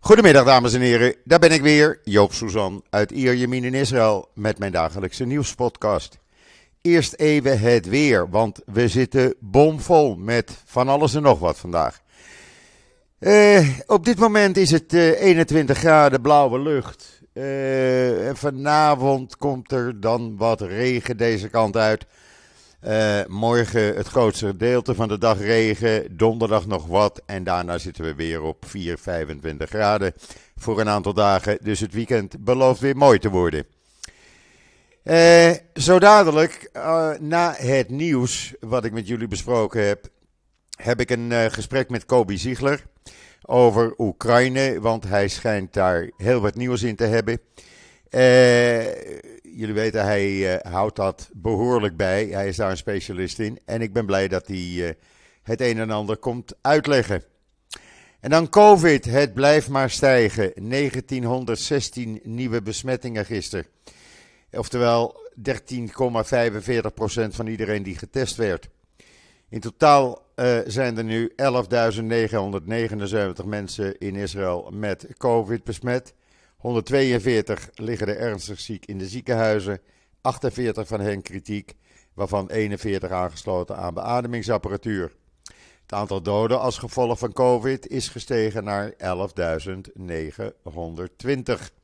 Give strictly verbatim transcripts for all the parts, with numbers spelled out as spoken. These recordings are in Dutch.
Goedemiddag dames en heren, daar ben ik weer, Joop Suzan uit Ierjemien in Israël met mijn dagelijkse nieuwspodcast. Eerst even het weer, want we zitten bomvol met van alles en nog wat vandaag. Uh, op dit moment is het uh, eenentwintig graden blauwe lucht. Uh, en vanavond komt er dan wat regen deze kant uit. Uh, morgen het grootste gedeelte van de dag regen, donderdag nog wat en daarna zitten we weer op vier, vijfentwintig graden voor een aantal dagen. Dus het weekend belooft weer mooi te worden. Uh, zo dadelijk, uh, na het nieuws wat ik met jullie besproken heb, heb ik een uh, gesprek met Kobi Ziegler over Oekraïne, want hij schijnt daar heel wat nieuws in te hebben. Uh, jullie weten, hij uh, houdt dat behoorlijk bij. Hij is daar een specialist in. En ik ben blij dat hij uh, het een en ander komt uitleggen. En dan COVID. Het blijft maar stijgen. negentienhonderdzestien nieuwe besmettingen gisteren. Oftewel dertien komma vijfenveertig procent van iedereen die getest werd. In totaal uh, zijn er nu elfduizend negenhonderdnegenenzeventig mensen in Israël met COVID besmet. honderdtweeënveertig liggen er ernstig ziek in de ziekenhuizen, achtenveertig van hen kritiek, waarvan eenenveertig aangesloten aan beademingsapparatuur. Het aantal doden als gevolg van COVID is gestegen naar elfduizend negenhonderdtwintig.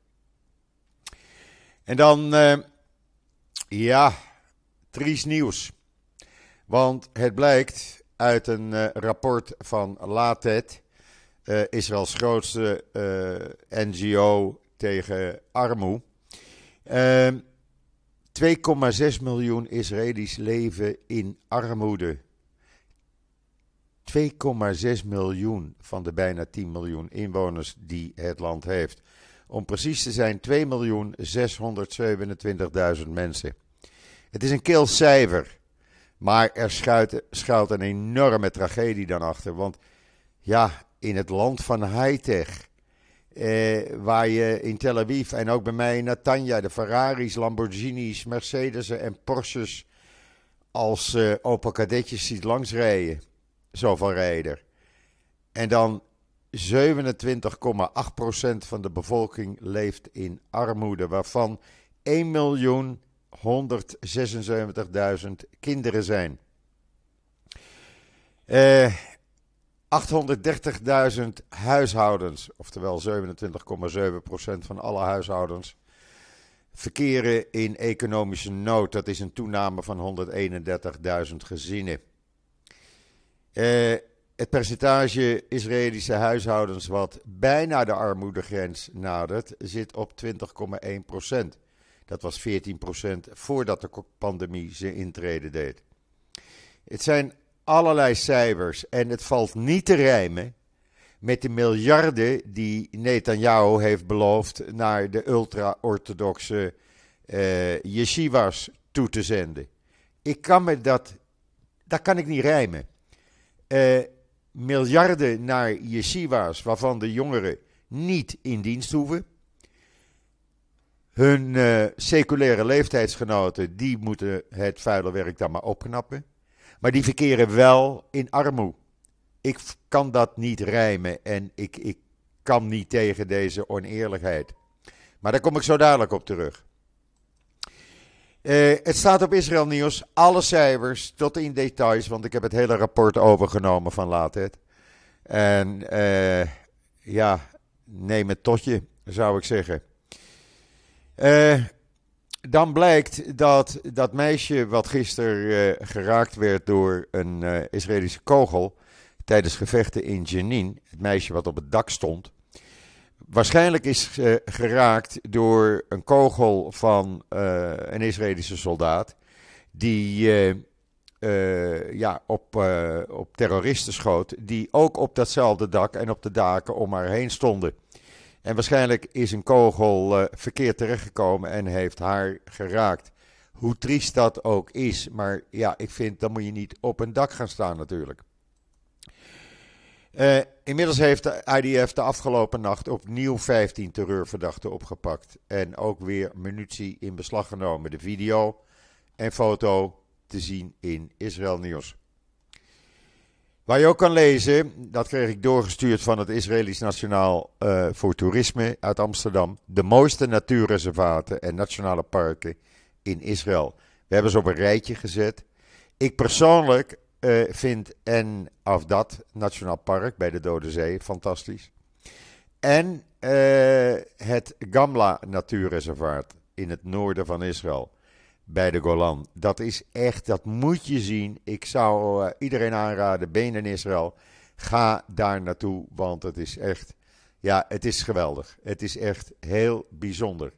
En dan, uh, ja, triest nieuws. Want het blijkt uit een uh, rapport van Latet, uh, Israëls grootste uh, N G O tegen armoede. Uh, twee komma zes miljoen Israëli's leven in armoede. twee komma zes miljoen van de bijna tien miljoen inwoners die het land heeft. Om precies te zijn twee miljoen zeshonderdzevenentwintigduizend mensen. Het is een kil cijfer, maar er schuilt, schuilt een enorme tragedie dan achter. Want ja, in het land van high-tech, Eh, waar je in Tel Aviv en ook bij mij in Netanya de Ferraris, Lamborghinis, Mercedes en Porsches als uh, Opel Kadetjes ziet langsrijden. Zoveel rijden. En dan zevenentwintig komma acht procent van de bevolking leeft in armoede, waarvan één miljoen honderdzesenzeventigduizend kinderen zijn. Eh... achthonderddertigduizend huishoudens, oftewel zevenentwintig komma zeven procent van alle huishoudens, verkeren in economische nood. Dat is een toename van honderdeenendertigduizend gezinnen. Uh, het percentage Israëlische huishoudens wat bijna de armoedegrens nadert, zit op twintig komma één procent. Dat was veertien procent voordat de pandemie zijn intrede deed. Het zijn allerlei cijfers en het valt niet te rijmen met de miljarden die Netanyahu heeft beloofd naar de ultra-orthodoxe uh, yeshivas toe te zenden. Ik kan me dat, dat kan ik niet rijmen. Uh, miljarden naar yeshivas waarvan de jongeren niet in dienst hoeven. Hun uh, seculaire leeftijdsgenoten, die moeten het vuile werk dan maar opknappen. Maar die verkeren wel in armoede. Ik kan dat niet rijmen en ik, ik kan niet tegen deze oneerlijkheid. Maar daar kom ik zo dadelijk op terug. Uh, het staat op Israël Nieuws, alle cijfers tot in details, want ik heb het hele rapport overgenomen van Latet. En uh, ja, neem het tot je, zou ik zeggen. Eh... Uh, Dan blijkt dat dat meisje wat gisteren uh, geraakt werd door een uh, Israëlische kogel tijdens gevechten in Jenin, het meisje wat op het dak stond, waarschijnlijk is uh, geraakt door een kogel van uh, een Israëlische soldaat die uh, uh, ja, op, uh, op terroristen schoot die ook op datzelfde dak en op de daken om haar heen stonden. En waarschijnlijk is een kogel uh, verkeerd terechtgekomen en heeft haar geraakt. Hoe triest dat ook is. Maar ja, ik vind, dan moet je niet op een dak gaan staan natuurlijk. Uh, inmiddels heeft de I D F de afgelopen nacht opnieuw vijftien terreurverdachten opgepakt. En ook weer munitie in beslag genomen. De video en foto te zien in Israël Nieuws. Waar je ook kan lezen, dat kreeg ik doorgestuurd van het Israëlisch Nationaal uh, voor Toerisme uit Amsterdam. De mooiste natuurreservaten en nationale parken in Israël. We hebben ze op een rijtje gezet. Ik persoonlijk uh, vind En Avdat Nationaal Park bij de Dode Zee fantastisch. En uh, het Gamla Natuurreservaat in het noorden van Israël. Bij de Golan. Dat is echt, dat moet je zien. Ik zou uh, iedereen aanraden, ben je in Israël, ga daar naartoe, want het is echt, ja, het is geweldig. Het is echt heel bijzonder.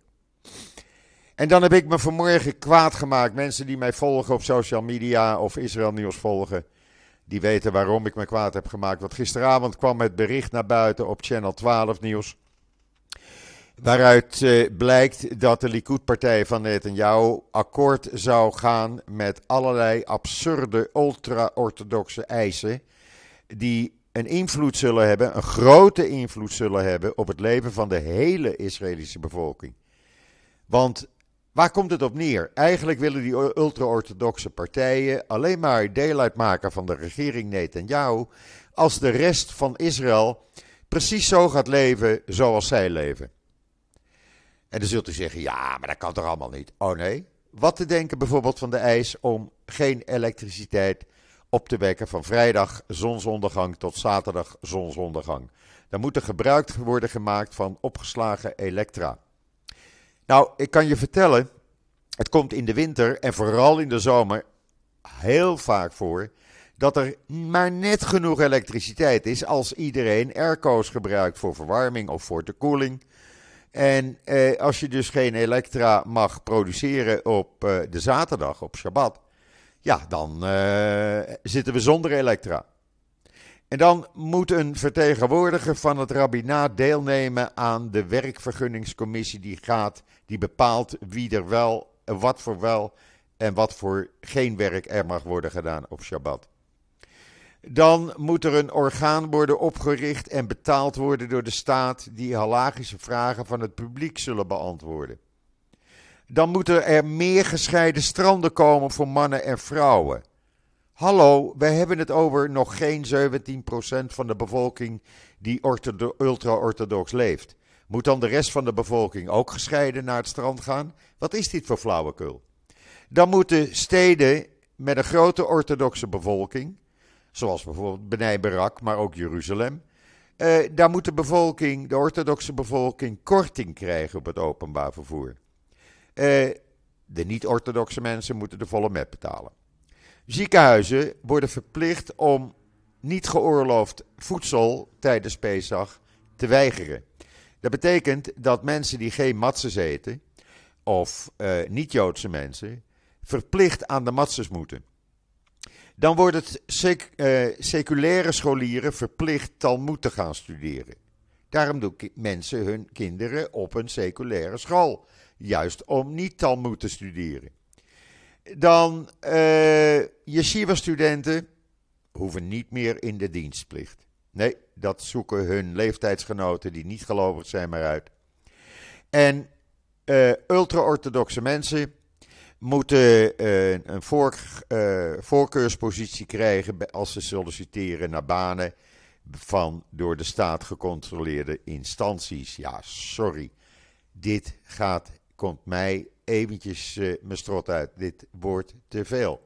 En dan heb ik me vanmorgen kwaad gemaakt. Mensen die mij volgen op social media of Israël Nieuws volgen, die weten waarom ik me kwaad heb gemaakt. Want gisteravond kwam het bericht naar buiten op Channel twaalf Nieuws. Waaruit uh, blijkt dat de Likud-partij van Netanyahu akkoord zou gaan met allerlei absurde ultra-orthodoxe eisen. Die een invloed zullen hebben, een grote invloed zullen hebben op het leven van de hele Israëlische bevolking. Want waar komt het op neer? Eigenlijk willen die ultra-orthodoxe partijen alleen maar deel uitmaken van de regering Netanyahu. Als de rest van Israël precies zo gaat leven zoals zij leven. En dan zult u zeggen, ja, maar dat kan toch allemaal niet? Oh nee. Wat te denken bijvoorbeeld van de eis om geen elektriciteit op te wekken van vrijdag zonsondergang tot zaterdag zonsondergang. Dan moet er gebruik worden gemaakt van opgeslagen elektra. Nou, ik kan je vertellen, het komt in de winter en vooral in de zomer heel vaak voor dat er maar net genoeg elektriciteit is als iedereen airco's gebruikt voor verwarming of voor de koeling. En eh, als je dus geen elektra mag produceren op eh, de zaterdag, op Shabbat, ja, dan uh, zitten we zonder elektra. En dan moet een vertegenwoordiger van het rabbinaat deelnemen aan de werkvergunningscommissie die gaat, die bepaalt wie er wel, wat voor wel en wat voor geen werk er mag worden gedaan op Shabbat. Dan moet er een orgaan worden opgericht en betaald worden door de staat die halagische vragen van het publiek zullen beantwoorden. Dan moeten er meer gescheiden stranden komen voor mannen en vrouwen. Hallo, wij hebben het over nog geen zeventien procent van de bevolking die orthodo- ultra-orthodox leeft. Moet dan de rest van de bevolking ook gescheiden naar het strand gaan? Wat is dit voor flauwekul? Dan moeten steden met een grote orthodoxe bevolking, zoals bijvoorbeeld Bnei Barak, maar ook Jeruzalem, eh, daar moet de bevolking, de orthodoxe bevolking, korting krijgen op het openbaar vervoer. Eh, de niet-orthodoxe mensen moeten de volle met betalen. Ziekenhuizen worden verplicht om niet geoorloofd voedsel tijdens Pesach te weigeren. Dat betekent dat mensen die geen matzes eten, of uh, niet-Joodse mensen, verplicht aan de matzes moeten. Dan wordt het sec- uh, seculaire scholieren verplicht Talmud te gaan studeren. Daarom doen ki- mensen hun kinderen op een seculaire school. Juist om niet Talmud te studeren. Dan uh, yeshiva-studenten hoeven niet meer in de dienstplicht. Nee, dat zoeken hun leeftijdsgenoten die niet gelovig zijn maar uit. En uh, ultra-orthodoxe mensen moeten uh, een voor, uh, voorkeurspositie krijgen als ze solliciteren naar banen van door de staat gecontroleerde instanties. Ja, sorry. Dit gaat, komt mij eventjes uh, mijn strot uit. Dit wordt te veel.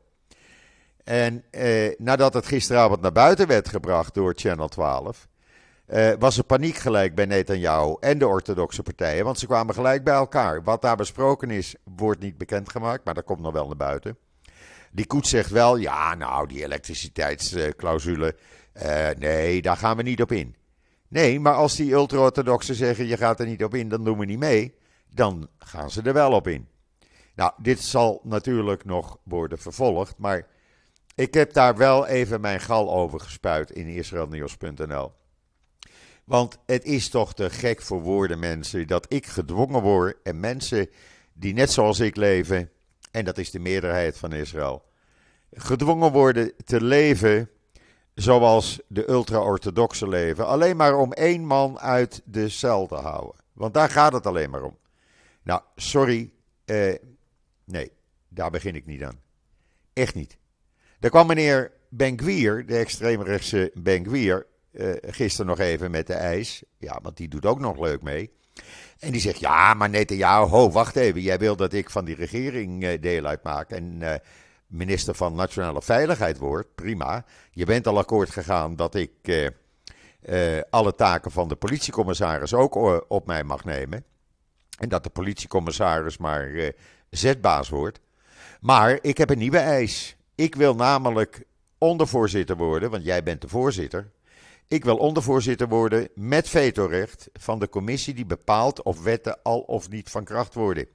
En uh, nadat het gisteravond naar buiten werd gebracht door Channel twaalf, uh, was er paniek gelijk bij Netanyahu en de orthodoxe partijen, want ze kwamen gelijk bij elkaar. Wat daar besproken is, wordt niet bekendgemaakt, maar dat komt nog wel naar buiten. Die Koets zegt wel, ja nou, die elektriciteitsclausule, uh, nee, daar gaan we niet op in. Nee, maar als die ultra-orthodoxen zeggen, je gaat er niet op in, dan doen we niet mee, dan gaan ze er wel op in. Nou, dit zal natuurlijk nog worden vervolgd, maar ik heb daar wel even mijn gal over gespuit in israelnieuws punt n l. Want het is toch te gek voor woorden, mensen, dat ik gedwongen word en mensen die net zoals ik leven, en dat is de meerderheid van Israël, gedwongen worden te leven zoals de ultra-orthodoxen leven. Alleen maar om één man uit de cel te houden. Want daar gaat het alleen maar om. Nou, sorry, eh, nee, daar begin ik niet aan. Echt niet. Er kwam meneer Ben-Gvir, de extreemrechtse Ben-Gvir, uh, gisteren nog even met de ijs. Ja, want die doet ook nog leuk mee. En die zegt, ja, maar Netanyahu, ho, wacht even. Jij wil dat ik van die regering uh, deel uitmaak en uh, minister van Nationale Veiligheid word. Prima. Je bent al akkoord gegaan dat ik uh, uh, alle taken van de politiecommissaris ook uh, op mij mag nemen. En dat de politiecommissaris maar uh, zetbaas wordt. Maar ik heb een nieuwe eis. Ik wil namelijk ondervoorzitter worden, want jij bent de voorzitter. Ik wil ondervoorzitter worden met vetorecht van de commissie die bepaalt of wetten al of niet van kracht worden.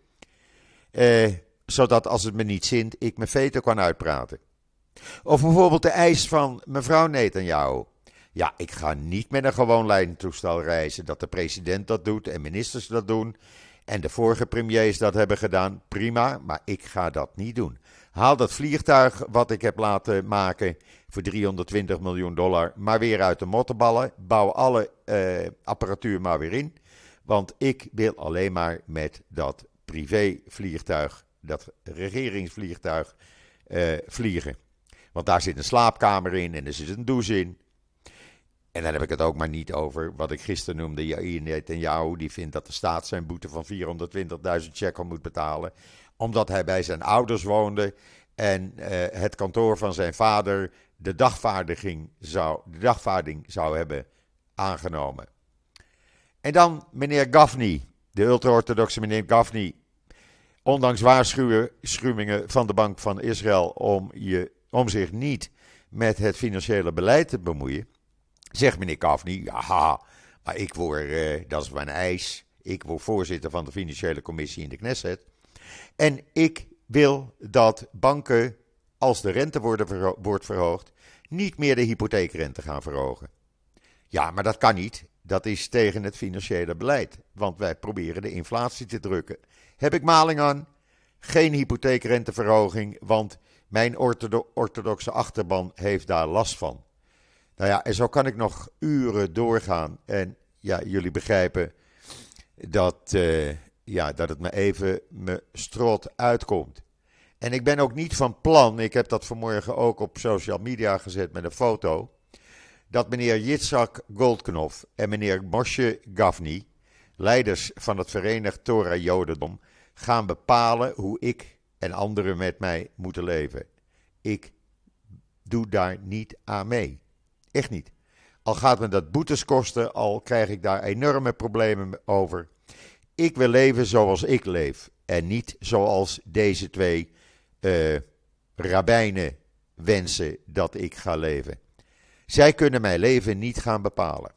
Eh, zodat als het me niet zint, ik mijn veto kan uitpraten. Of bijvoorbeeld de eis van mevrouw Netanyahu. Ja, ik ga niet met een gewoon lijntoestel reizen, dat de president dat doet en ministers dat doen. En de vorige premiers dat hebben gedaan, prima, maar ik ga dat niet doen. Haal dat vliegtuig wat ik heb laten maken voor driehonderdtwintig miljoen dollar maar weer uit de mottenballen. Bouw alle uh, apparatuur maar weer in. Want ik wil alleen maar met dat privévliegtuig, dat regeringsvliegtuig, uh, vliegen. Want daar zit een slaapkamer in en er zit een douche in. En dan heb ik het ook maar niet over wat ik gisteren noemde. Yair Netanyahu, die vindt dat de staat zijn boete van vierhonderdtwintigduizend shekel moet betalen. Omdat hij bij zijn ouders woonde en uh, het kantoor van zijn vader de dagvaarding zou, de dagvaarding zou hebben aangenomen. En dan meneer Gafni, de ultra-orthodoxe meneer Gafni. Ondanks waarschuwingen van de Bank van Israël om, je, om zich niet met het financiële beleid te bemoeien. Zegt meneer Gafni, ja, maar ik word, uh, dat is mijn eis, ik word voorzitter van de financiële commissie in de Knesset. En ik wil dat banken, als de rente worden verho- wordt verhoogd, niet meer de hypotheekrente gaan verhogen. Ja, maar dat kan niet. Dat is tegen het financiële beleid. Want wij proberen de inflatie te drukken. Heb ik maling aan? Geen hypotheekrenteverhoging, want mijn orthodo- orthodoxe achterban heeft daar last van. Nou ja, en zo kan ik nog uren doorgaan. En ja, jullie begrijpen dat, uh, ja, dat het me even me strot uitkomt. En ik ben ook niet van plan, ik heb dat vanmorgen ook op social media gezet met een foto, dat meneer Yitzhak Goldknopf en meneer Moshe Gafni, leiders van het Verenigd Torah Jodendom, gaan bepalen hoe ik en anderen met mij moeten leven. Ik doe daar niet aan mee. Echt niet. Al gaat me dat boetes kosten, al krijg ik daar enorme problemen over. Ik wil leven zoals ik leef en niet zoals deze twee uh, rabbijnen wensen dat ik ga leven. Zij kunnen mijn leven niet gaan bepalen.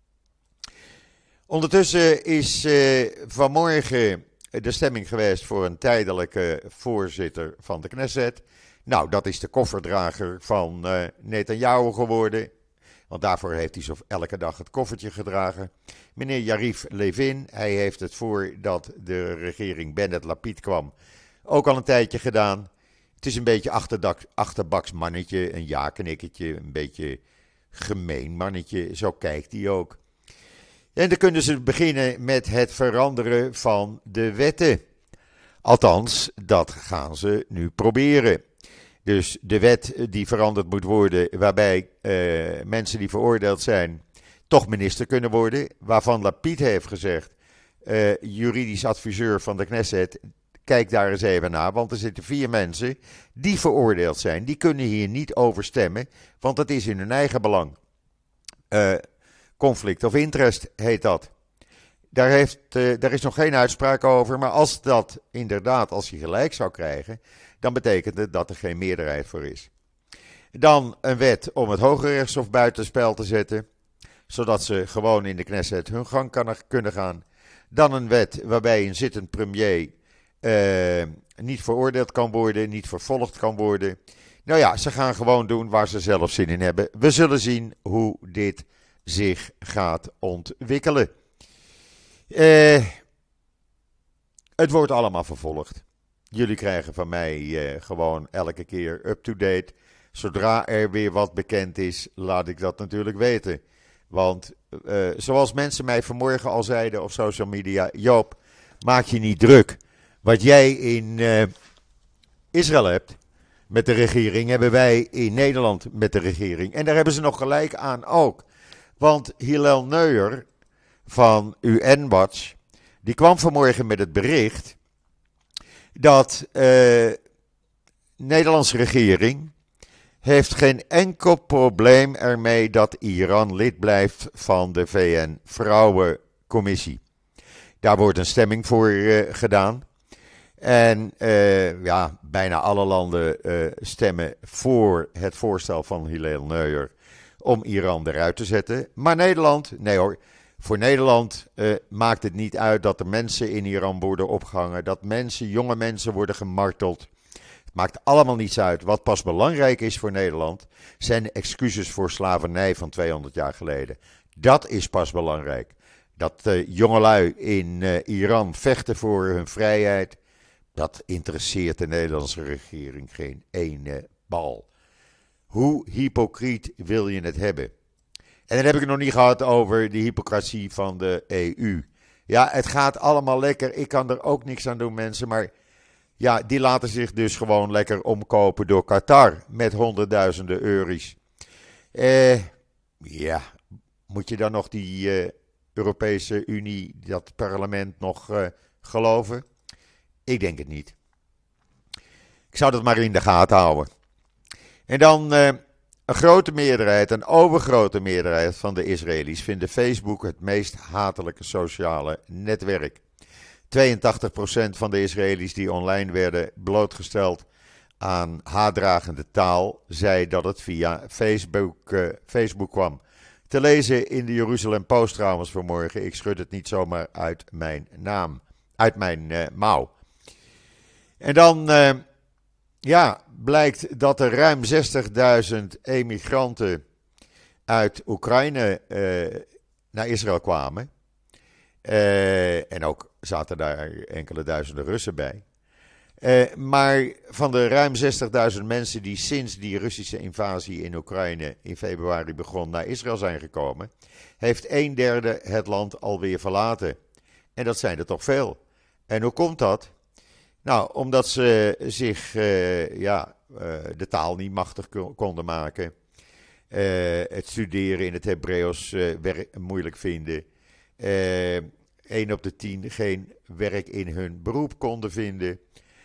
Ondertussen is uh, vanmorgen de stemming geweest voor een tijdelijke voorzitter van de Knesset. Nou, dat is de kofferdrager van uh, Netanyahu geworden. Want daarvoor heeft hij zo elke dag het koffertje gedragen. Meneer Yariv Levin, hij heeft het voordat de regering Bennett-Lapid kwam ook al een tijdje gedaan. Het is een beetje achterdak, achterbaks mannetje, een ja-knikkertje, een beetje gemeen mannetje, zo kijkt hij ook. En dan kunnen ze beginnen met het veranderen van de wetten. Althans, dat gaan ze nu proberen. Dus de wet die veranderd moet worden, waarbij uh, mensen die veroordeeld zijn toch minister kunnen worden. Waarvan Lapid heeft gezegd, uh, juridisch adviseur van de Knesset, kijk daar eens even naar. Want er zitten vier mensen die veroordeeld zijn. Die kunnen hier niet over stemmen, want dat is in hun eigen belang. Uh, conflict of interest heet dat. Daar, heeft, uh, daar is nog geen uitspraak over, maar als dat inderdaad, als hij gelijk zou krijgen, dan betekent het dat er geen meerderheid voor is. Dan een wet om het Hoge Rechtshof buitenspel te zetten, zodat ze gewoon in de Knesset hun gang kan, kunnen gaan. Dan een wet waarbij een zittend premier uh, niet veroordeeld kan worden, niet vervolgd kan worden. Nou ja, ze gaan gewoon doen waar ze zelf zin in hebben. We zullen zien hoe dit zich gaat ontwikkelen. Uh, het wordt allemaal vervolgd. Jullie krijgen van mij uh, gewoon elke keer up-to-date. Zodra er weer wat bekend is, laat ik dat natuurlijk weten. Want uh, zoals mensen mij vanmorgen al zeiden op social media, Joop, maak je niet druk. Wat jij in uh, Israël hebt, met de regering, hebben wij in Nederland met de regering. En daar hebben ze nog gelijk aan ook. Want Hillel Neuer van U N-Watch, die kwam vanmorgen met het bericht dat de uh, Nederlandse regering heeft geen enkel probleem ermee dat Iran lid blijft van de V N-Vrouwencommissie. Daar wordt een stemming voor uh, gedaan. En uh, ja, bijna alle landen uh, stemmen voor het voorstel van Hillel Neuer om Iran eruit te zetten. Maar Nederland, nee hoor, voor Nederland uh, maakt het niet uit dat er mensen in Iran worden opgehangen, dat mensen, jonge mensen worden gemarteld. Het maakt allemaal niets uit. Wat pas belangrijk is voor Nederland, zijn excuses voor slavernij van tweehonderd jaar geleden. Dat is pas belangrijk. Dat uh, jongelui in uh, Iran vechten voor hun vrijheid, dat interesseert de Nederlandse regering geen ene bal. Hoe hypocriet wil je het hebben? En dan heb ik het nog niet gehad over de hypocratie van de E U. Ja, het gaat allemaal lekker. Ik kan er ook niks aan doen, mensen. Maar ja, die laten zich dus gewoon lekker omkopen door Qatar met honderdduizenden euro's. Eh, ja, moet je dan nog die uh, Europese Unie, dat parlement nog uh, geloven? Ik denk het niet. Ik zou dat maar in de gaten houden. En dan uh, een grote meerderheid, een overgrote meerderheid van de Israëli's vinden Facebook het meest hatelijke sociale netwerk. tweeëntachtig procent van de Israëli's die online werden blootgesteld aan haatdragende taal, zei dat het via Facebook, uh, Facebook kwam. Te lezen in de Jeruzalem Post trouwens vanmorgen. Ik schud het niet zomaar uit mijn naam, uit mijn uh, mouw. En dan uh, ja, blijkt dat er ruim zestigduizend emigranten uit Oekraïne uh, naar Israël kwamen. Uh, en ook zaten daar enkele duizenden Russen bij. Uh, maar van de ruim zestigduizend mensen die sinds die Russische invasie in Oekraïne in februari begon naar Israël zijn gekomen, heeft een derde het land alweer verlaten. En dat zijn er toch veel. En hoe komt dat? Nou, omdat ze zich uh, ja, uh, de taal niet machtig konden maken. Uh, het studeren in het Hebreeuws uh, werk, moeilijk vinden. Uh, één op de tien geen werk in hun beroep konden vinden.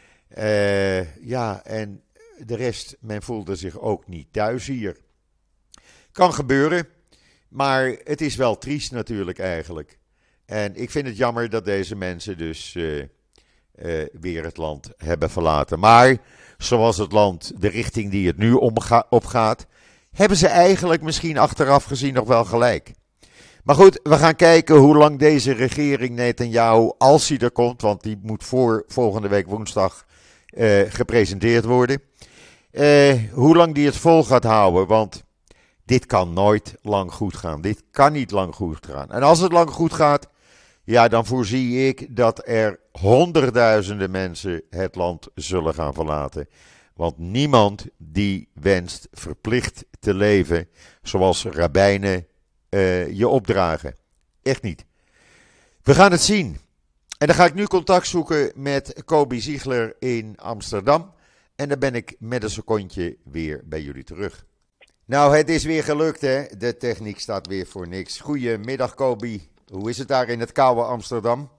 Uh, ja, en de rest, men voelde zich ook niet thuis hier. Kan gebeuren, maar het is wel triest natuurlijk eigenlijk. En ik vind het jammer dat deze mensen dus uh, uh, weer het land hebben verlaten. Maar zoals het land, de richting die het nu omga- opgaat, hebben ze eigenlijk misschien achteraf gezien nog wel gelijk. Maar goed, we gaan kijken hoe lang deze regering Netanyahu, als hij er komt, want die moet voor volgende week woensdag uh, gepresenteerd worden, uh, hoe lang die het vol gaat houden, want dit kan nooit lang goed gaan. Dit kan niet lang goed gaan. En als het lang goed gaat, ja, dan voorzie ik dat er honderdduizenden mensen het land zullen gaan verlaten. Want niemand die wenst verplicht te leven zoals rabbijnen uh, je opdragen. Echt niet. We gaan het zien. En dan ga ik nu contact zoeken met Kobi Ziegler in Amsterdam. En dan ben ik met een secondje weer bij jullie terug. Nou, het is weer gelukt, hè. De techniek staat weer voor niks. Goedemiddag, Kobi. Hoe is het daar in het koude Amsterdam?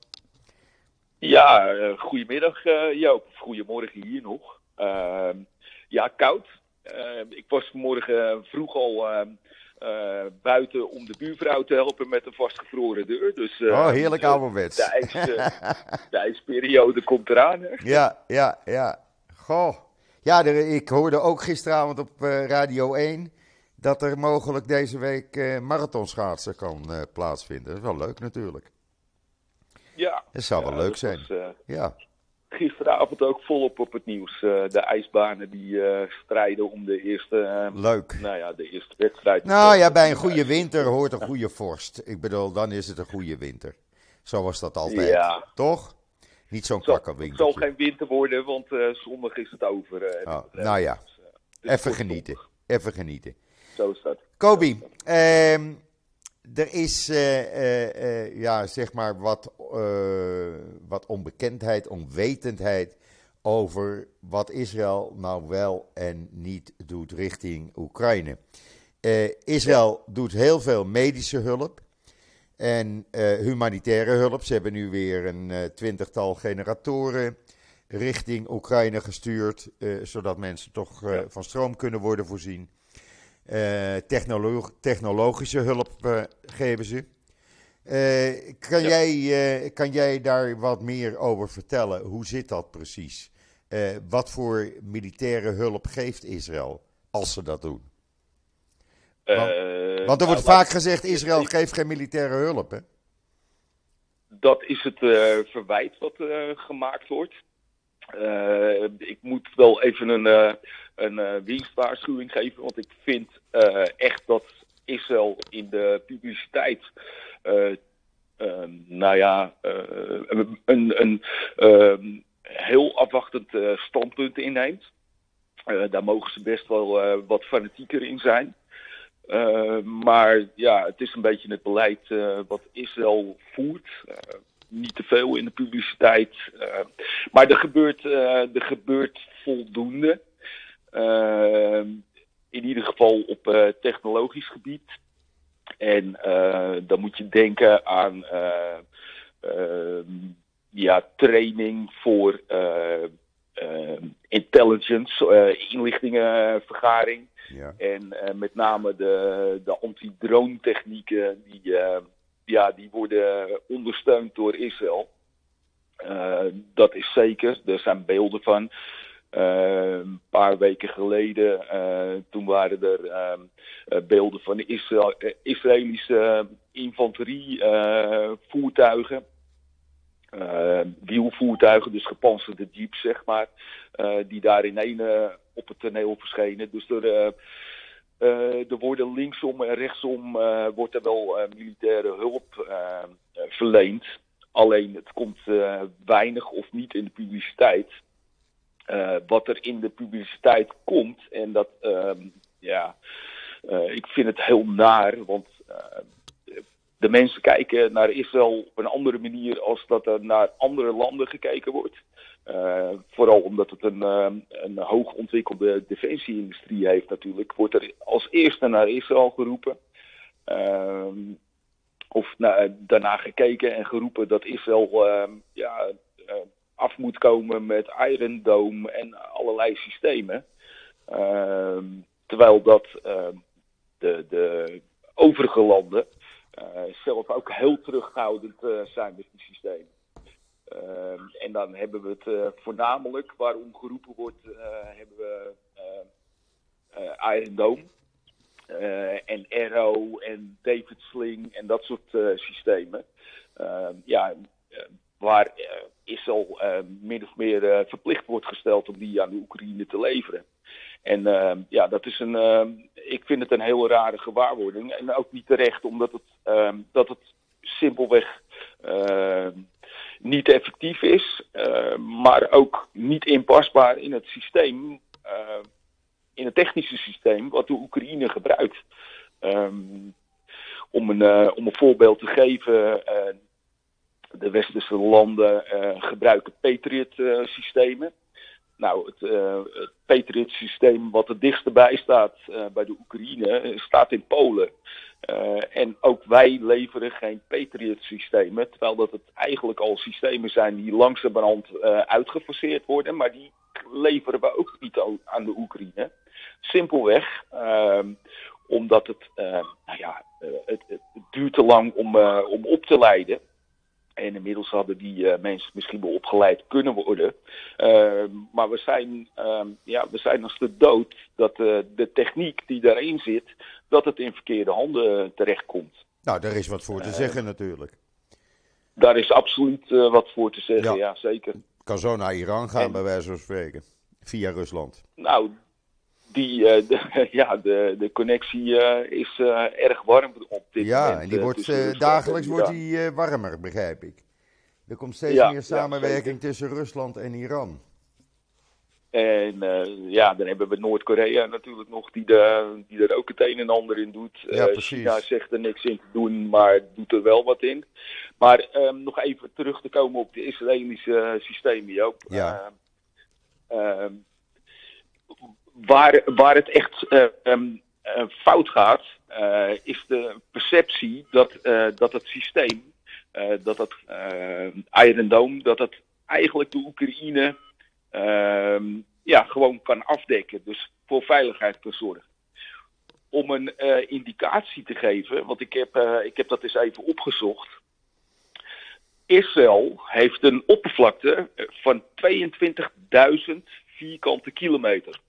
Ja, uh, goedemiddag uh, Joop. Goedemorgen hier nog. Uh, ja, koud. Uh, ik was vanmorgen vroeg al uh, uh, buiten om de buurvrouw te helpen met een vastgevroren deur. Dus, uh, oh, heerlijk ouderwets. De, ijs, uh, de ijsperiode komt eraan. Hè? Ja, ja, ja. Goh. Ja, er, ik hoorde ook gisteravond op uh, Radio één dat er mogelijk deze week uh, marathonschaatsen kan uh, plaatsvinden. Dat is wel leuk natuurlijk. Ja. Dat zou wel ja, leuk zijn. Was, uh, ja. Gisteravond ook volop op het nieuws. Uh, de ijsbanen die uh, strijden om de eerste, uh, leuk. Nou ja, de eerste wedstrijd. Nou ja, bij een goede winter hoort een goede vorst. Ik bedoel, dan is het een goede winter. Zo was dat altijd. Ja. Toch? Niet zo'n kakkerwinter. Het zal geen winter worden, want uh, zondag is het over. Uh, oh, nou ja, dus, uh, dus even genieten. Even genieten. Zo is dat. Kobi, uh, er is uh, uh, uh, ja, zeg maar wat, uh, wat onbekendheid, onwetendheid over wat Israël nou wel en niet doet richting Oekraïne. Uh, Israël doet heel veel medische hulp en uh, humanitaire hulp. Ze hebben nu weer een uh, twintigtal generatoren richting Oekraïne gestuurd, uh, zodat mensen toch uh, van stroom kunnen worden voorzien. Uh, technolo- technologische hulp uh, geven ze. Uh, kan, ja. jij, uh, kan jij daar wat meer over vertellen? Hoe zit dat precies? Uh, wat voor militaire hulp geeft Israël als ze dat doen? Want, uh, want er wordt nou, vaak gezegd, Israël geeft geen militaire hulp, hè? Dat is het uh, verwijt wat uh, gemaakt wordt. Uh, ik moet wel even een, uh, een uh, winstwaarschuwing geven, want ik vind uh, echt dat Israël in de publiciteit, uh, uh, nou ja, uh, een, een uh, heel afwachtend uh, standpunt inneemt. Uh, daar mogen ze best wel uh, wat fanatieker in zijn. Uh, maar ja, het is een beetje het beleid uh, wat Israël voert. Uh, niet te veel in de publiciteit. Uh, maar er gebeurt, uh, er gebeurt voldoende. Uh, in ieder geval op uh, technologisch gebied. En uh, dan moet je denken aan uh, uh, ja, training voor uh, uh, intelligence, uh, inlichtingenvergaring. Ja. En uh, met name de, de anti-drone technieken die, uh, ja, die worden ondersteund door Israël. Uh, dat is zeker, er zijn beelden van. Uh, een paar weken geleden, uh, toen waren er uh, uh, beelden van de Israël, uh, Israëlische infanterievoertuigen. Uh, wielvoertuigen, dus gepantserde jeeps, zeg maar. Uh, die daar in één uh, op het toneel verschenen. Dus er, uh, uh, er worden linksom en rechtsom uh, wordt er wel uh, militaire hulp uh, uh, verleend. Alleen het komt uh, weinig of niet in de publiciteit. Uh, wat er in de publiciteit komt, en dat, uh, ja, uh, ik vind het heel naar, want uh, de mensen kijken naar Israël op een andere manier als dat er naar andere landen gekeken wordt. Uh, vooral omdat het een, uh, een hoog ontwikkelde defensieindustrie heeft natuurlijk, wordt er als eerste naar Israël geroepen. Uh, of nou, daarna gekeken en geroepen dat Israël uh, ja, uh, af moet komen met Iron Dome en allerlei systemen. Uh, terwijl dat uh, de, de overige landen uh, zelf ook heel terughoudend uh, zijn met die systemen. Uh, en dan hebben we het uh, voornamelijk, waarom geroepen wordt, uh, hebben we uh, uh, Iron Dome. Uh, en Arrow en David Sling en dat soort uh, systemen. Uh, ja, uh, waar uh, Israël uh, min of meer uh, verplicht wordt gesteld om die aan de Oekraïne te leveren. En uh, ja, dat is een, uh, ik vind het een heel rare gewaarwording. En ook niet terecht, omdat het, uh, dat het simpelweg uh, niet effectief is. Uh, maar ook niet inpasbaar in het systeem, uh, in het technische systeem wat de Oekraïne gebruikt. Um, om, een, uh, om een voorbeeld te geven, uh, de westerse landen uh, gebruiken Patriot-systemen. Nou, het, uh, het Patriot-systeem wat het dichtst bij staat uh, bij de Oekraïne, staat in Polen. Uh, en ook wij leveren geen Patriot-systemen, terwijl dat het eigenlijk al systemen zijn die langzamerhand uh, uitgefaseerd worden, maar die leveren we ook niet aan de Oekraïne. Simpelweg uh, omdat het, uh, nou ja, uh, het, het duurt te lang om, uh, om op te leiden. En inmiddels hadden die uh, mensen misschien wel opgeleid kunnen worden. Uh, maar we zijn, uh, ja, we zijn als de dood dat uh, de techniek die daarin zit, dat het in verkeerde handen terechtkomt. Nou, daar is wat voor te uh, zeggen natuurlijk. Daar is absoluut uh, wat voor te zeggen, ja, ja zeker. Kan zo naar Iran gaan, en, bij wijze van spreken. Via Rusland. Nou, die, uh, de, ja, de, de connectie uh, is uh, erg warm op dit ja, moment. Ja, en die wordt, uh, dagelijks wordt die uh, warmer, begrijp ik. Er komt steeds ja, meer samenwerking ja, tussen Rusland en Iran. En uh, ja, dan hebben we Noord-Korea natuurlijk nog, die, de, die er ook het een en ander in doet. Ja, uh, China zegt er niks in te doen, maar doet er wel wat in. Maar um, nog even terug te komen op de Israëlische uh, systemen, Joop. Ja. uh, waar, waar het echt uh, um, uh, fout gaat, uh, is de perceptie dat, uh, dat het systeem, uh, dat het uh, Iron Dome, dat het eigenlijk de Oekraïne uh, ja, gewoon kan afdekken. Dus voor veiligheid kan zorgen. Om een uh, indicatie te geven, want ik heb, uh, ik heb dat eens even opgezocht. Israël heeft een oppervlakte van tweeëntwintigduizend vierkante kilometer.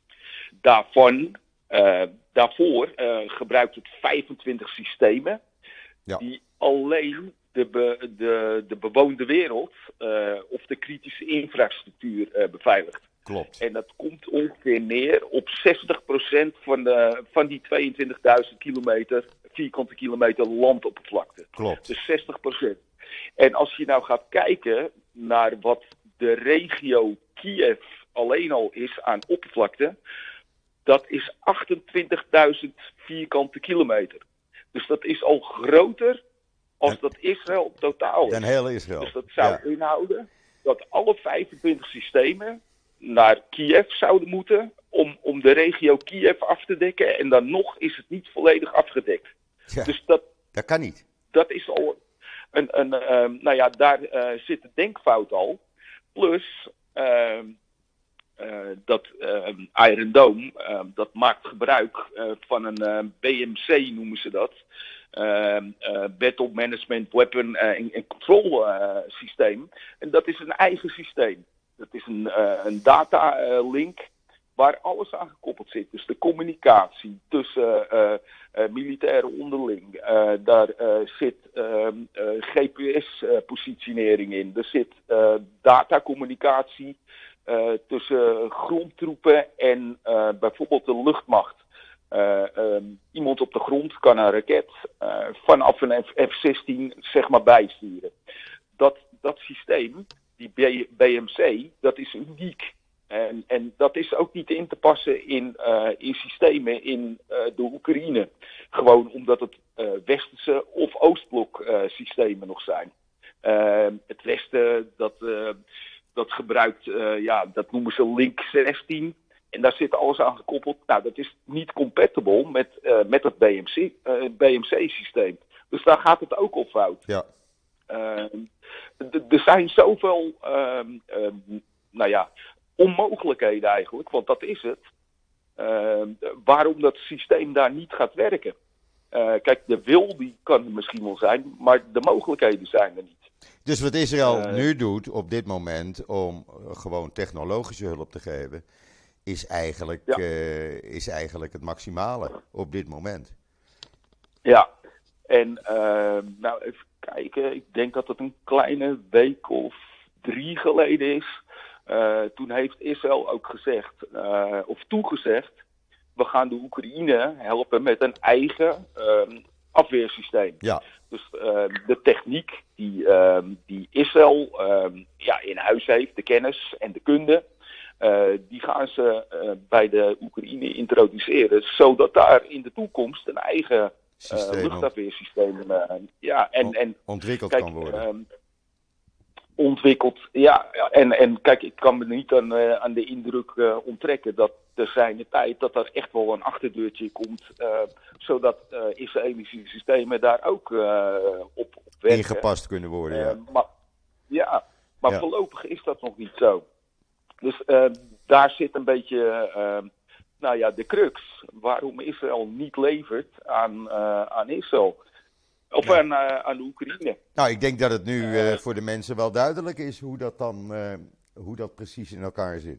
Daarvan, uh, daarvoor uh, gebruikt het vijfentwintig systemen ja. die alleen de, be, de, de bewoonde wereld uh, of de kritische infrastructuur uh, beveiligt. Klopt. En dat komt ongeveer neer op zestig procent van, de, van die tweeëntwintigduizend kilometer, vierkante kilometer landoppervlakte. Klopt. Dus zestig procent. En als je nou gaat kijken naar wat de regio Kiev alleen al is aan oppervlakte, dat is achtentwintigduizend vierkante kilometer. Dus dat is al groter als en, dat Israël totaal is. En heel Israël. Dus dat zou ja. inhouden dat alle vijfentwintig systemen naar Kiev zouden moeten om, om de regio Kiev af te dekken. En dan nog is het niet volledig afgedekt. Ja, dus dat, dat kan niet. Dat is al een, een uh, nou ja, daar uh, zit de denkfout al. Plus, uh, uh, dat uh, Iron Dome, uh, dat maakt gebruik uh, van een uh, B M C, noemen ze dat. Uh, uh, Battle Management Weapon uh, en Control uh, systeem. En dat is een eigen systeem. Dat is een, uh, een data uh, link waar alles aan gekoppeld zit. Dus de communicatie tussen uh, uh, militairen onderling. Uh, daar uh, zit uh, uh, G P S-positionering in. Er zit uh, datacommunicatie uh, tussen grondtroepen en uh, bijvoorbeeld de luchtmacht. Uh, um, iemand op de grond kan een raket uh, vanaf een F zestien zeg maar bijsturen. Dat, dat systeem, die B M C, dat is uniek. En, en dat is ook niet in te passen in, uh, in systemen in uh, de Oekraïne. Gewoon omdat het uh, westerse of oostblok uh, systemen nog zijn. Uh, het westen, dat, uh, dat gebruikt, uh, ja, dat noemen ze Link zestien. En daar zit alles aan gekoppeld. Nou, dat is niet compatible met, uh, met het B M C, uh, B M C-systeem. Dus daar gaat het ook op fout. Ja. Uh, d- er zijn zoveel, uh, uh, nou ja, onmogelijkheden eigenlijk, want dat is het. Uh, waarom dat systeem daar niet gaat werken. Uh, kijk, de wil die kan er misschien wel zijn, maar de mogelijkheden zijn er niet. Dus wat Israël uh, nu doet op dit moment om uh, gewoon technologische hulp te geven, is eigenlijk, ja. uh, is eigenlijk het maximale op dit moment. Ja, en uh, nou even kijken, ik denk dat het een kleine week of drie geleden is. Uh, toen heeft Israël ook gezegd, uh, of toegezegd, we gaan de Oekraïne helpen met een eigen uh, afweersysteem. Ja. Dus uh, de techniek die, uh, die Israël uh, ja, in huis heeft, de kennis en de kunde, uh, die gaan ze uh, bij de Oekraïne introduceren, zodat daar in de toekomst een eigen uh, luchtafweersysteem uh, ja, en, en, ontwikkeld kijk, kan worden. Uh, ontwikkeld, ja, en, en kijk, ik kan me niet aan, uh, aan de indruk uh, onttrekken dat er zijn de tijd dat er echt wel een achterdeurtje komt, uh, zodat uh, Israëlische systemen daar ook uh, op, op werken. Ingepast kunnen worden, ja. Uh, maar ja, maar ja. voorlopig is dat nog niet zo. Dus uh, daar zit een beetje, uh, nou ja, de crux. Waarom Israël niet levert aan, uh, aan Israël. Of ja. aan, uh, aan de Oekraïne. Nou, ik denk dat het nu uh, voor de mensen wel duidelijk is hoe dat dan, uh, hoe dat precies in elkaar zit.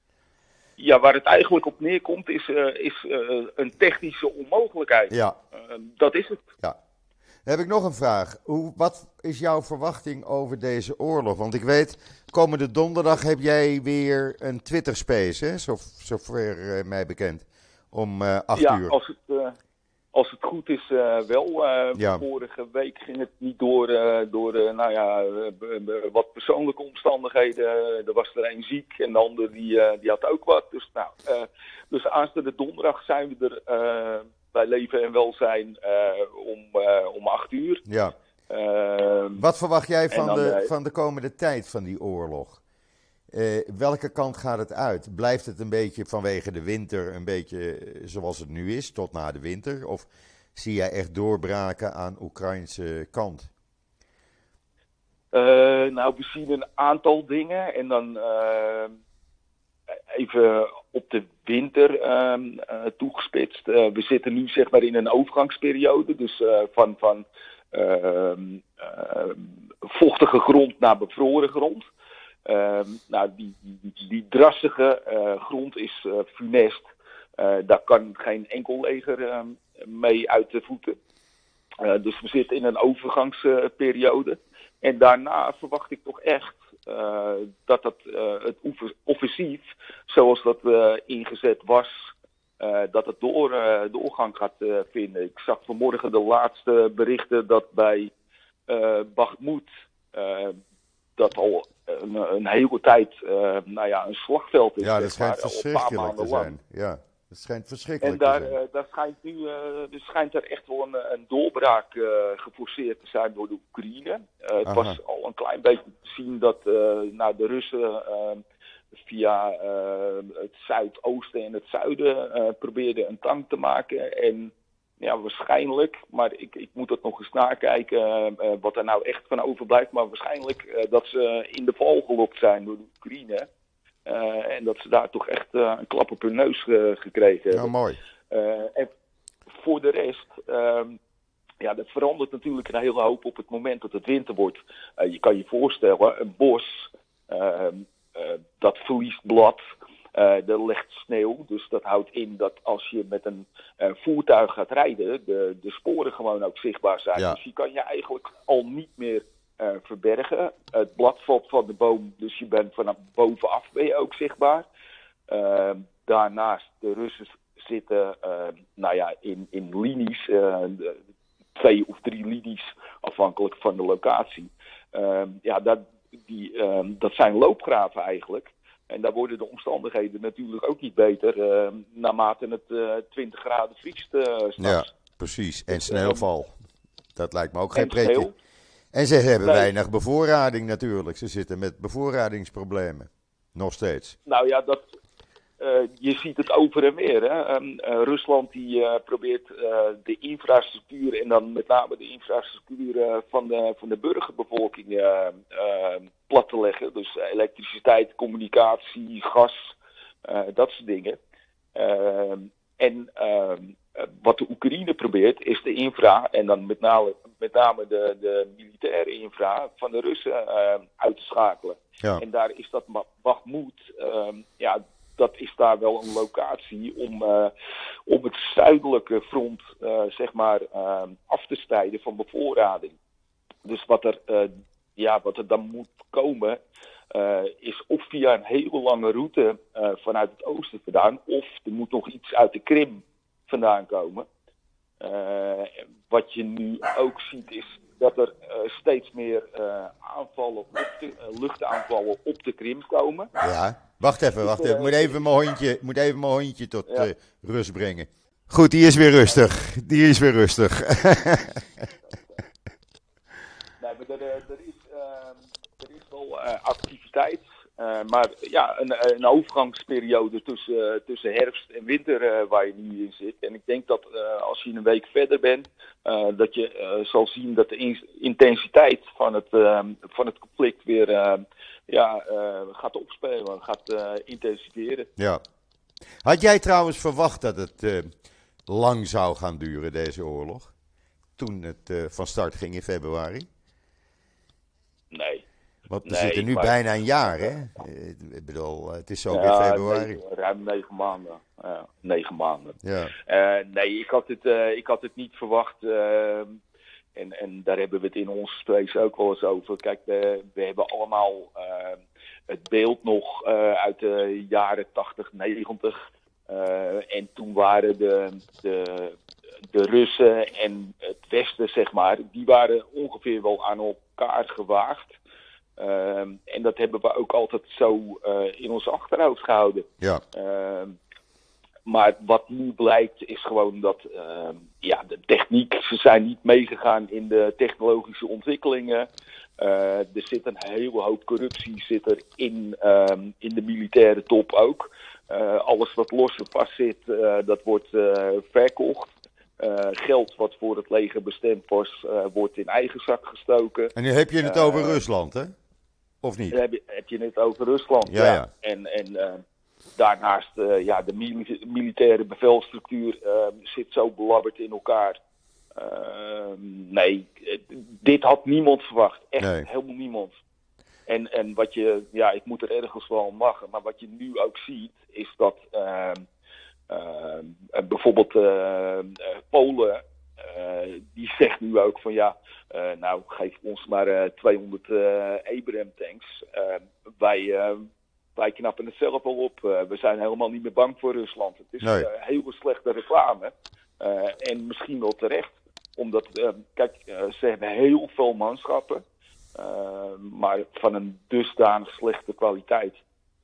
Ja, waar het eigenlijk op neerkomt is, uh, is uh, een technische onmogelijkheid. Ja. Uh, dat is het. Ja. Dan heb ik nog een vraag. Hoe, wat is jouw verwachting over deze oorlog? Want ik weet, komende donderdag heb jij weer een Twitter Space, hè? Zo, zover uh, mij bekend. Om uh, acht ja, uur. Ja, als het... Uh... Als het goed is, uh, wel. Uh, ja. Vorige week ging het niet door, uh, door uh, nou ja, uh, wat persoonlijke omstandigheden. Uh, er was er een ziek en de ander die, uh, die had ook wat. Dus, nou, uh, dus aanstaande donderdag zijn we er uh, bij Leven en Welzijn uh, om, uh, om acht uur. Ja. Uh, wat verwacht jij van, dan, de, uh, van de komende tijd van die oorlog? Uh, welke kant gaat het uit? Blijft het een beetje vanwege de winter een beetje zoals het nu is, tot na de winter? Of zie jij echt doorbraken aan Oekraïnse kant? Uh, nou, we zien een aantal dingen. En dan uh, even op de winter uh, uh, toegespitst. Uh, we zitten nu zeg maar in een overgangsperiode. Dus uh, van, van uh, uh, vochtige grond naar bevroren grond. Uh, nou, die, die, die drassige uh, grond is uh, funest. Uh, daar kan geen enkel leger uh, mee uit de voeten. Uh, dus we zitten in een overgangsperiode. En daarna verwacht ik toch echt uh, dat het, uh, het offensief, zoals dat uh, ingezet was, uh, dat het door, uh, doorgang gaat uh, vinden. Ik zag vanmorgen de laatste berichten dat bij uh, Bakhmut, uh, dat al een, een hele tijd uh, nou ja, een slagveld is. Ja, dat zeg schijnt maar, verschrikkelijk te zijn. Ja. Het schijnt verschrikkelijk en daar, te zijn. uh, daar schijnt nu uh, er schijnt er echt wel een, een doorbraak uh, geforceerd te zijn door de Oekraïne. Uh, het Aha. was al een klein beetje te zien dat uh, nou, de Russen uh, via uh, het zuidoosten en het zuiden uh, probeerden een tank te maken. En ja, waarschijnlijk, maar ik, ik moet dat nog eens nakijken uh, uh, wat er nou echt van overblijft. Maar waarschijnlijk uh, dat ze in de val gelokt zijn door de Oekraïne. Uh, en dat ze daar toch echt uh, een klap op hun neus uh, gekregen hebben. Nou, mooi. Uh, en voor de rest, uh, ja, dat verandert natuurlijk een hele hoop op het moment dat het winter wordt. Uh, je kan je voorstellen, een bos, uh, uh, dat verliest blad, uh, er ligt sneeuw. Dus dat houdt in dat als je met een uh, voertuig gaat rijden, de, de sporen gewoon ook zichtbaar zijn. Ja. Dus je kan je eigenlijk al niet meer Uh, verbergen. Het blad valt van de boom, dus je bent vanaf bovenaf ben je ook zichtbaar. Uh, daarnaast, de Russen zitten uh, nou ja, in, in linies, uh, de, twee of drie linies, afhankelijk van de locatie. Uh, ja, dat, die, uh, dat zijn loopgraven eigenlijk. En daar worden de omstandigheden natuurlijk ook niet beter, uh, naarmate het uh, twintig graden vriest uh, s'nachts. Ja, precies. En sneeuwval. Dat lijkt me ook geen En pretje. sneeuw. En ze hebben Nee. weinig bevoorrading natuurlijk. Ze zitten met bevoorradingsproblemen. Nog steeds. Nou ja, dat, uh, je ziet het over en weer. Hè? Um, uh, Rusland die uh, probeert uh, de infrastructuur en dan met name de infrastructuur uh, van, de, van de burgerbevolking uh, uh, plat te leggen. Dus uh, elektriciteit, communicatie, gas, uh, dat soort dingen. Uh, en uh, wat de Oekraïne probeert is de infra en dan met name, met name de, de militaire infra van de Russen uh, uit te schakelen. Ja. En daar is dat Bakhmut, uh, ja, dat is daar wel een locatie om, uh, om het zuidelijke front uh, zeg maar uh, af te snijden van bevoorrading. Dus wat er, uh, ja, wat er dan moet komen uh, is of via een hele lange route uh, vanuit het oosten vandaan, of er moet nog iets uit de Krim vandaan komen. Uh, wat je nu ook ziet is dat er uh, steeds meer uh, aanvallen op de, uh, luchtaanvallen op de Krim komen. Ja, wacht even, wacht even. Ik moet even mijn hondje, moet even mijn hondje tot Ja. uh, rust brengen. Goed, die is weer rustig. Die is weer rustig. Nee, maar er, er, is, uh, er is wel uh, activiteit. Uh, maar ja, een, een overgangsperiode tussen, uh, tussen herfst en winter uh, waar je nu in zit. En ik denk dat uh, als je een week verder bent, uh, dat je uh, zal zien dat de in- intensiteit van het, uh, van het conflict weer uh, ja, uh, gaat opspelen, gaat uh, intensiveren. Ja. Had jij trouwens verwacht dat het uh, lang zou gaan duren, deze oorlog? Toen het uh, van start ging in februari? Nee. Want we Nee, zitten nu maar- bijna een jaar, hè? Uh, Ik bedoel, uh, het is zo weer Ja, februari. negen- ruim negen maanden. Ja, negen maanden. Ja. Uh, nee, ik had het, uh, ik had het niet verwacht. Uh, en, en daar hebben we het in onze space ook wel eens over. Kijk, we, we hebben allemaal uh, het beeld nog uh, uit de jaren tachtig, negentig. Uh, en toen waren de, de, de Russen en het Westen, zeg maar, die waren ongeveer wel aan elkaar gewaagd. Uh, en dat hebben we ook altijd zo uh, in ons achterhoofd gehouden. Ja. Uh, maar wat nu blijkt is gewoon dat uh, ja, de techniek, ze zijn niet meegegaan in de technologische ontwikkelingen. Uh, er zit een hele hoop corruptie zit er in, um, in de militaire top ook. Uh, alles wat los en vast zit, uh, dat wordt uh, verkocht. Uh, geld wat voor het leger bestemd was, uh, wordt in eigen zak gestoken. En nu heb je het uh, over Rusland, hè? Of niet? Heb je, heb je het over Rusland, ja. ja. ja. En, en uh, daarnaast, uh, ja, de mili- militaire bevelstructuur uh, zit zo belabberd in elkaar. Uh, nee, dit had niemand verwacht. Echt nee. helemaal niemand. En, en wat je, ja, ik moet er ergens wel om lachen, maar wat je nu ook ziet, is dat uh, uh, bijvoorbeeld uh, uh, Polen, uh, die zegt nu ook van ja, uh, nou geef ons maar uh, tweehonderd uh, Abrams tanks. Uh, wij, uh, wij knappen het zelf al op. Uh, we zijn helemaal niet meer bang voor Rusland. Het is nee. uh, heel slechte reclame. Uh, en misschien wel terecht. Omdat, uh, kijk, uh, ze hebben heel veel manschappen. Uh, maar van een dusdanig slechte kwaliteit.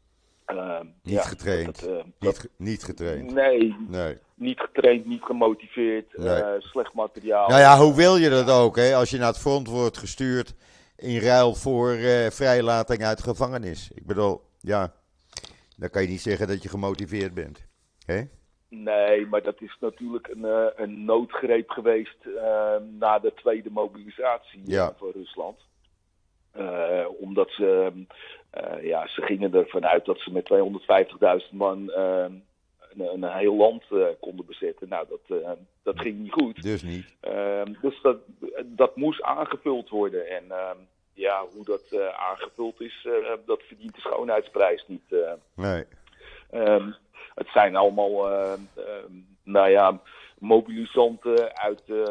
Uh, niet ja, getraind. dat, uh, niet, dat, ge- niet getraind. Nee, nee, niet getraind, niet gemotiveerd. Nee. Uh, slecht materiaal. Nou ja, hoe wil je dat ook, hè? Als je naar het front wordt gestuurd in ruil voor uh, vrijlating uit gevangenis. Ik bedoel, ja, dan kan je niet zeggen dat je gemotiveerd bent. Hè? Nee, maar dat is natuurlijk een, uh, een noodgreep geweest uh, na de tweede mobilisatie ja. uh, voor Rusland. Uh, omdat ze, uh, ja, ze gingen ervan uit dat ze met tweehonderdvijftigduizend man uh, een, een heel land uh, konden bezetten. Nou, dat, uh, dat ging niet goed. Dus niet. Uh, dus dat, dat moest aangevuld worden. En uh, ja, hoe dat uh, aangevuld is, uh, dat verdient de schoonheidsprijs niet. Uh. Nee. Um, het zijn allemaal, uh, uh, nou ja, mobilisanten uit uh,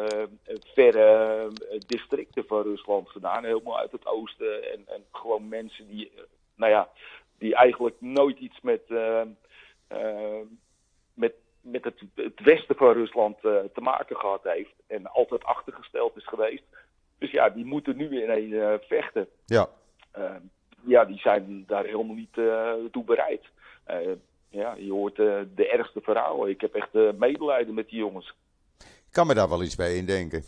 verre uh, districten van Rusland gedaan. Helemaal uit het oosten. En, en gewoon mensen die, uh, nou ja, die eigenlijk nooit iets met, uh, uh, met, met het, het westen van Rusland uh, te maken gehad heeft. En altijd achtergesteld is geweest. Dus ja, die moeten nu ineens uh, vechten. Ja. Uh, ja, die zijn daar helemaal niet uh, toe bereid. Uh, Ja, je hoort uh, de ergste verhalen. Ik heb echt uh, medelijden met die jongens. Ik kan me daar wel iets bij indenken.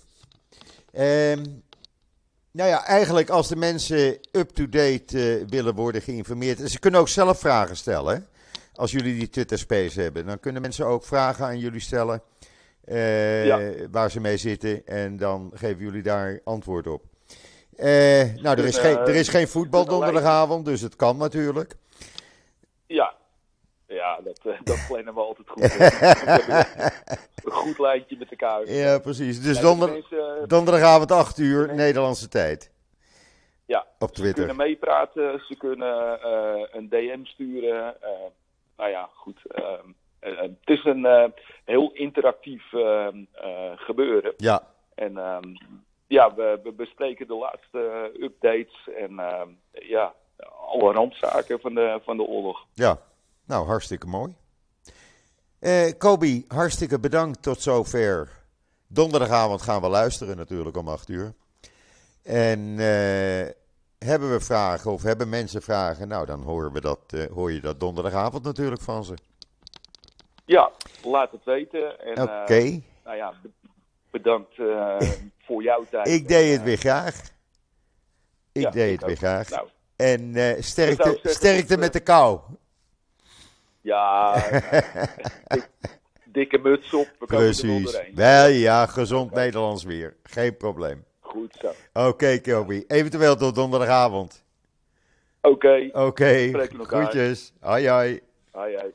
Um, nou ja, eigenlijk als de mensen up-to-date uh, willen worden geïnformeerd. Ze kunnen ook zelf vragen stellen. Hè? Als jullie die Twitter Space hebben. Dan kunnen mensen ook vragen aan jullie stellen. Uh, ja. Waar ze mee zitten. En dan geven jullie daar antwoord op. Uh, nou, er is, uh, geen, er is geen voetbal donderdagavond. Dus het kan natuurlijk. Ja. Ja, dat, uh, dat plannen we altijd goed. Een goed lijntje met elkaar. Ja, precies. Dus donder, mensen, donderdagavond acht uur, mensen, Nederlandse tijd. Ja, op Twitter. Ze kunnen meepraten, ze kunnen uh, een D M sturen. Uh, nou ja, goed. Uh, uh, het is een uh, heel interactief uh, uh, gebeuren. Ja. En um, ja, we, we bespreken de laatste uh, updates en uh, ja, alle randzaken van de, van de oorlog. Ja. Nou, hartstikke mooi. Uh, Kobi, hartstikke bedankt tot zover. Donderdagavond gaan we luisteren natuurlijk om acht uur. En uh, hebben we vragen of hebben mensen vragen? Nou, dan horen we dat, uh, hoor je dat donderdagavond natuurlijk van ze. Ja, laat het weten. Oké. Okay. Uh, nou ja, bedankt uh, voor jouw tijd. Ik deed het weer graag. Ik ja, deed ik het ook. weer graag. Nou, en uh, sterkte, zeggen, sterkte uh, met de kou. Ja, dik, dikke muts op. We Precies. Er wel, ja, gezond okay. Nederlands weer. Geen probleem. Goed zo. Oké, okay, Kobi. Eventueel tot donderdagavond. Oké. Okay. Oké. Okay. Groetjes. Hoi, hoi. Hoi, hoi.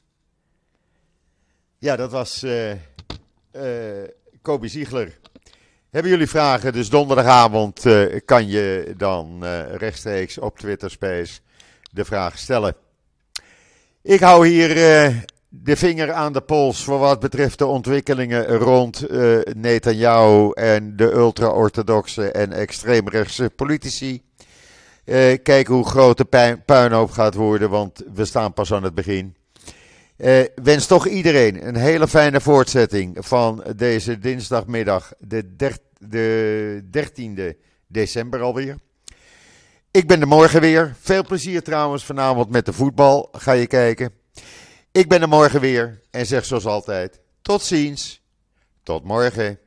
Ja, dat was uh, uh, Kobi Ziegler. Hebben jullie vragen? Dus donderdagavond uh, kan je dan uh, rechtstreeks op Twitter Space de vraag stellen. Ik hou hier uh, de vinger aan de pols voor wat betreft de ontwikkelingen rond uh, Netanyahu en de ultra-orthodoxe en extreemrechtse politici. Uh, kijken hoe groot de puin, puinhoop gaat worden, want we staan pas aan het begin. Uh, wens toch iedereen een hele fijne voortzetting van deze dinsdagmiddag, de, der, de dertiende december alweer. Ik ben er morgen weer. Veel plezier trouwens vanavond met de voetbal. Ga je kijken. Ik ben er morgen weer en zeg zoals altijd, tot ziens. Tot morgen.